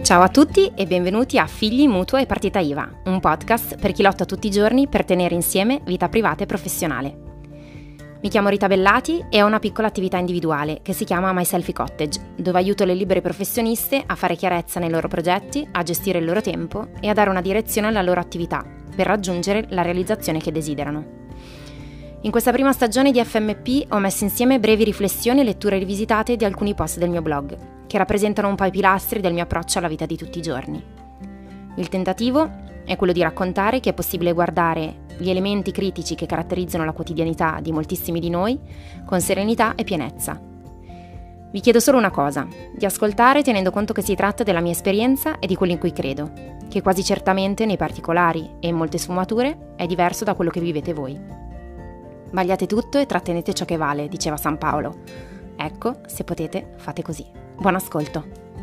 Ciao a tutti e benvenuti a Figli, Mutuo e Partita IVA, un podcast per chi lotta tutti i giorni per tenere insieme vita privata e professionale. Mi chiamo Rita Bellati e ho una piccola attività individuale che si chiama My Selfie Cottage, dove aiuto le libere professioniste a fare chiarezza nei loro progetti, a gestire il loro tempo e a dare una direzione alla loro attività per raggiungere la realizzazione che desiderano. In questa prima stagione di FMP ho messo insieme brevi riflessioni e letture rivisitate di alcuni post del mio blog, che rappresentano un po' i pilastri del mio approccio alla vita di tutti i giorni. Il tentativo è quello di raccontare che è possibile guardare gli elementi critici che caratterizzano la quotidianità di moltissimi di noi con serenità e pienezza. Vi chiedo solo una cosa, di ascoltare tenendo conto che si tratta della mia esperienza e di quello in cui credo, che quasi certamente nei particolari e in molte sfumature è diverso da quello che vivete voi. Vagliate tutto e trattenete ciò che vale, diceva San Paolo. Ecco, se potete, fate così. Buon ascolto!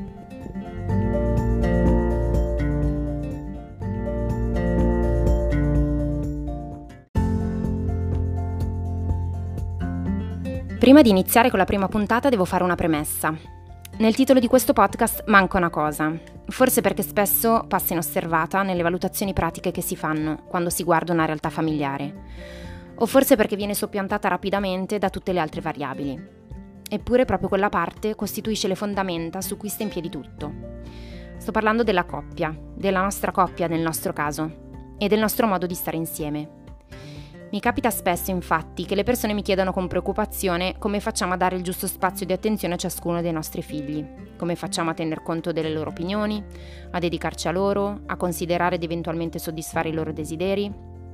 Prima di iniziare con la prima puntata devo fare una premessa. Nel titolo di questo podcast manca una cosa, forse perché spesso passa inosservata nelle valutazioni pratiche che si fanno quando si guarda una realtà familiare. O forse perché viene soppiantata rapidamente da tutte le altre variabili. Eppure proprio quella parte costituisce le fondamenta su cui sta in piedi tutto. Sto parlando della coppia, della nostra coppia nel nostro caso, e del nostro modo di stare insieme. Mi capita spesso infatti che le persone mi chiedano con preoccupazione come facciamo a dare il giusto spazio di attenzione a ciascuno dei nostri figli, come facciamo a tener conto delle loro opinioni, a dedicarci a loro, a considerare ed eventualmente soddisfare i loro desideri.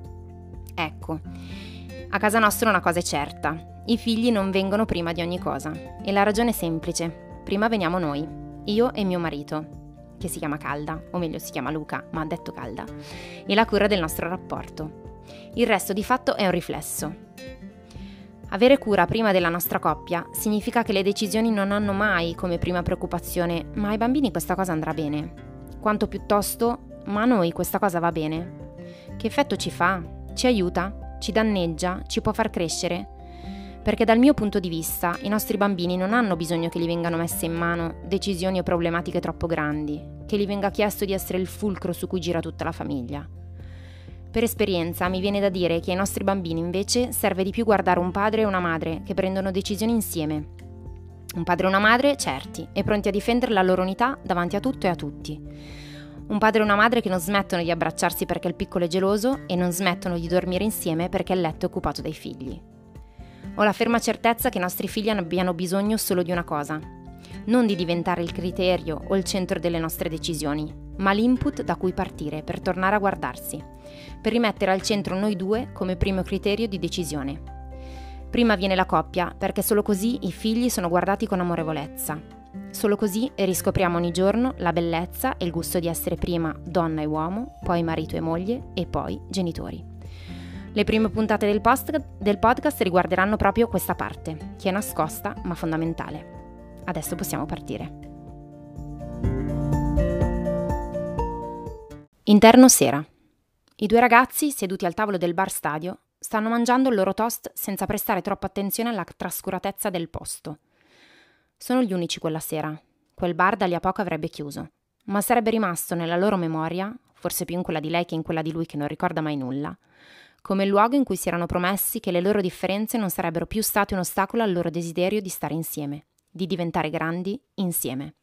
Ecco, a casa nostra una cosa è certa, i figli non vengono prima di ogni cosa e la ragione è semplice, prima veniamo noi, io e mio marito, che si chiama Calda, o meglio si chiama Luca, ma ha detto Calda, e la cura del nostro rapporto. Il resto di fatto è un riflesso. Avere cura prima della nostra coppia significa che le decisioni non hanno mai come prima preoccupazione ma ai bambini questa cosa andrà bene, quanto piuttosto ma a noi questa cosa va bene. Che effetto ci fa? Ci aiuta? Ci danneggia? Ci può far crescere? Perché dal mio punto di vista i nostri bambini non hanno bisogno che gli vengano messe in mano decisioni o problematiche troppo grandi, che gli venga chiesto di essere il fulcro su cui gira tutta la famiglia. Per esperienza mi viene da dire che ai nostri bambini invece serve di più guardare un padre e una madre che prendono decisioni insieme. Un padre e una madre certi e pronti a difendere la loro unità davanti a tutto e a tutti. Un padre e una madre che non smettono di abbracciarsi perché il piccolo è geloso e non smettono di dormire insieme perché il letto è occupato dai figli. Ho la ferma certezza che i nostri figli abbiano bisogno solo di una cosa, non di diventare il criterio o il centro delle nostre decisioni, ma l'input da cui partire per tornare a guardarsi, per rimettere al centro noi due come primo criterio di decisione. Prima viene la coppia, perché solo così i figli sono guardati con amorevolezza. Solo così riscopriamo ogni giorno la bellezza e il gusto di essere prima donna e uomo, poi marito e moglie e poi genitori. Le prime puntate del podcast riguarderanno proprio questa parte, che è nascosta ma fondamentale. Adesso possiamo partire. Interno sera. I due ragazzi, seduti al tavolo del bar stadio, stanno mangiando il loro toast senza prestare troppa attenzione alla trascuratezza del posto. Sono gli unici quella sera. Quel bar da lì a poco avrebbe chiuso, ma sarebbe rimasto nella loro memoria, forse più in quella di lei che in quella di lui che non ricorda mai nulla, come il luogo in cui si erano promessi che le loro differenze non sarebbero più state un ostacolo al loro desiderio di stare insieme, di diventare grandi insieme.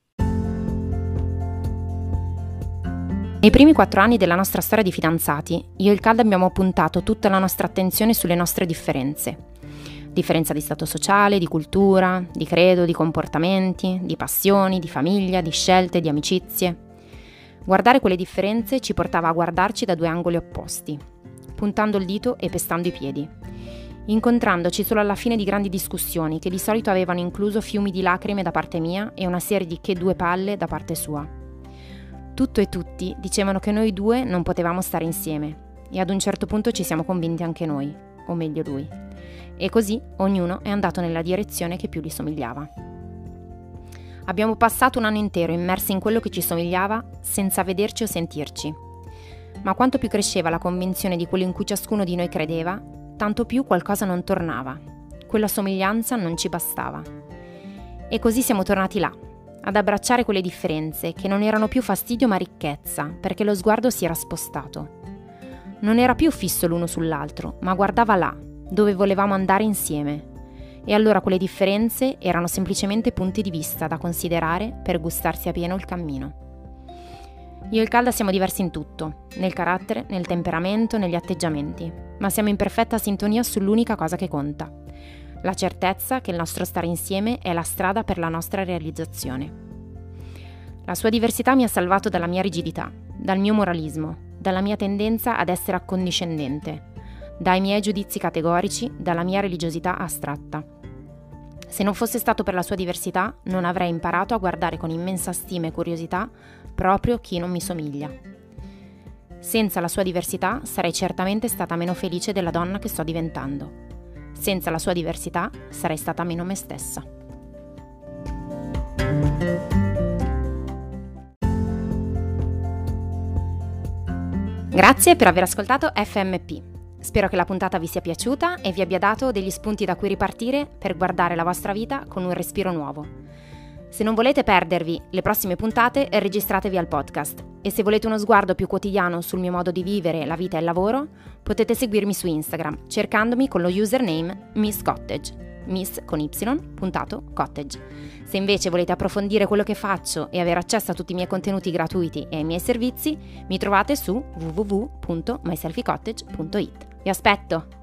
Nei primi 4 anni della nostra storia di fidanzati, io e il Calda abbiamo puntato tutta la nostra attenzione sulle nostre differenze. Differenza di stato sociale, di cultura, di credo, di comportamenti, di passioni, di famiglia, di scelte, di amicizie. Guardare quelle differenze ci portava a guardarci da 2 angoli opposti, puntando il dito e pestando i piedi, incontrandoci solo alla fine di grandi discussioni che di solito avevano incluso fiumi di lacrime da parte mia e una serie di che 2 palle da parte sua. Tutto e tutti dicevano che noi due non potevamo stare insieme e ad un certo punto ci siamo convinti anche noi, o meglio lui. E così ognuno è andato nella direzione che più gli somigliava. Abbiamo passato un anno intero immersi in quello che ci somigliava senza vederci o sentirci. Ma quanto più cresceva la convinzione di quello in cui ciascuno di noi credeva, tanto più qualcosa non tornava. Quella somiglianza non ci bastava. E così siamo tornati là, ad abbracciare quelle differenze che non erano più fastidio ma ricchezza, perché lo sguardo si era spostato. Non era più fisso l'uno sull'altro, ma guardava là, dove volevamo andare insieme. E allora quelle differenze erano semplicemente punti di vista da considerare per gustarsi a pieno il cammino. Io e Calda siamo diversi in tutto, nel carattere, nel temperamento, negli atteggiamenti, ma siamo in perfetta sintonia sull'unica cosa che conta: la certezza che il nostro stare insieme è la strada per la nostra realizzazione. La sua diversità mi ha salvato dalla mia rigidità, dal mio moralismo, dalla mia tendenza ad essere accondiscendente, dai miei giudizi categorici, dalla mia religiosità astratta. Se non fosse stato per la sua diversità, non avrei imparato a guardare con immensa stima e curiosità proprio chi non mi somiglia. Senza la sua diversità sarei certamente stata meno felice della donna che sto diventando. Senza la sua diversità sarei stata meno me stessa. Grazie per aver ascoltato FMP. Spero che la puntata vi sia piaciuta e vi abbia dato degli spunti da cui ripartire per guardare la vostra vita con un respiro nuovo. Se non volete perdervi le prossime puntate, registratevi al podcast. E se volete uno sguardo più quotidiano sul mio modo di vivere la vita e il lavoro, potete seguirmi su Instagram, cercandomi con lo username Miss Cottage, Miss con Y, Cottage. Se invece volete approfondire quello che faccio e avere accesso a tutti i miei contenuti gratuiti e ai miei servizi, mi trovate su www.myselfiecottage.it. Vi aspetto!